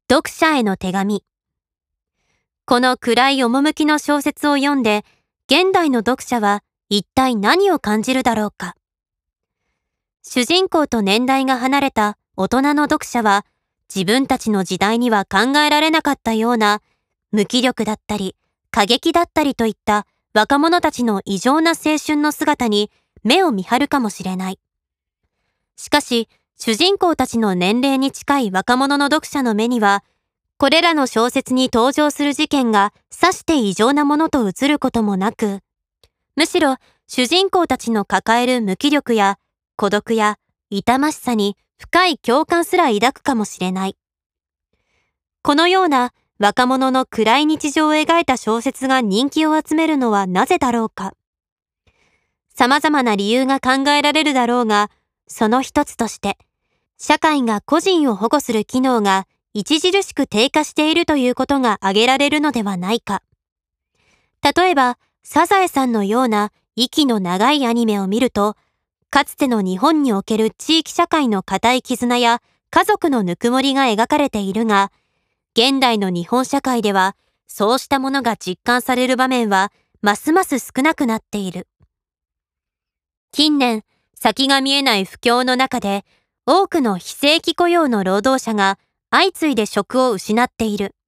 読者への手紙。この暗い趣の小説を読んで、現代の読者は一体何を感じるだろうか。主人公と年代が離れた大人の読者は、自分たちの時代には考えられなかったような無気力だったり過激だったりといった若者たちの異常な青春の姿に目を見張るかもしれない。しかし、主人公たちの年齢に近い若者の読者の目には、これらの小説に登場する事件がさして異常なものと映ることもなく、むしろ主人公たちの抱える無気力や孤独や痛ましさに深い共感すら抱くかもしれない。このような若者の暗い日常を描いた小説が人気を集めるのはなぜだろうか。様々な理由が考えられるだろうが、その一つとして、社会が個人を保護する機能が著しく低下しているということが挙げられるのではないか。例えば、サザエさんのような息の長いアニメを見ると、かつての日本における地域社会の固い絆や家族のぬくもりが描かれているが、現代の日本社会では、そうしたものが実感される場面は、ますます少なくなっている。近年、先が見えない不況の中で、多くの非正規雇用の労働者が相次いで職を失っている。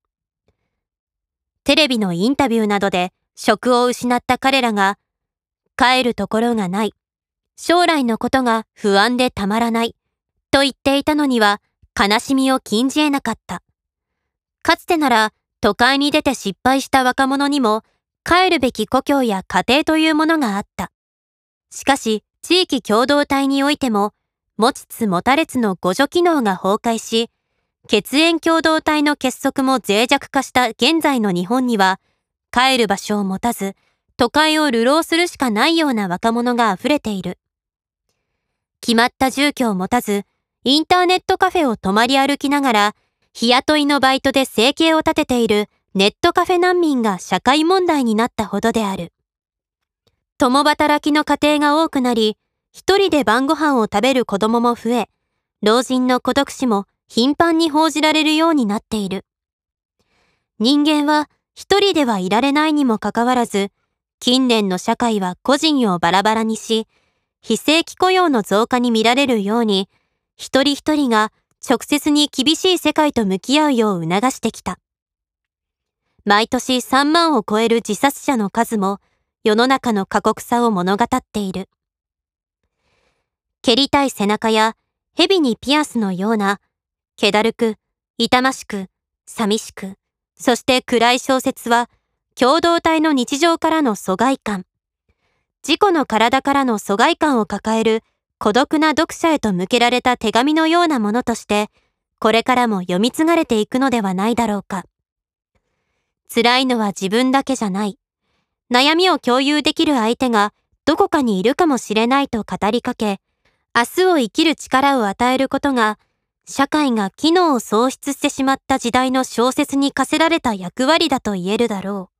テレビのインタビューなどで職を失った彼らが、帰るところがない、将来のことが不安でたまらない、と言っていたのには悲しみを禁じ得なかった。かつてなら都会に出て失敗した若者にも帰るべき故郷や家庭というものがあった。しかし地域共同体においても持ちつ持たれつの互助機能が崩壊し、血縁共同体の結束も脆弱化した現在の日本には、帰る場所を持たず都会を流浪するしかないような若者が溢れている。決まった住居を持たず、インターネットカフェを泊まり歩きながら、日雇いのバイトで生計を立てているネットカフェ難民が社会問題になったほどである。共働きの家庭が多くなり、一人で晩ご飯を食べる子供も増え、老人の孤独死も頻繁に報じられるようになっている。人間は一人ではいられないにもかかわらず、近年の社会は個人をバラバラにし、非正規雇用の増加に見られるように、一人一人が直接に厳しい世界と向き合うよう促してきた。毎年3万を超える自殺者の数も世の中の過酷さを物語っている。蹴りたい背中や蛇にピアスのような、気だるく、痛ましく、寂しく、そして暗い小説は、共同体の日常からの疎外感、自己の体からの疎外感を抱える孤独な読者へと向けられた手紙のようなものとして、これからも読み継がれていくのではないだろうか。辛いのは自分だけじゃない。悩みを共有できる相手がどこかにいるかもしれないと語りかけ、明日を生きる力を与えることが、社会が機能を喪失してしまった時代の小説に課せられた役割だと言えるだろう。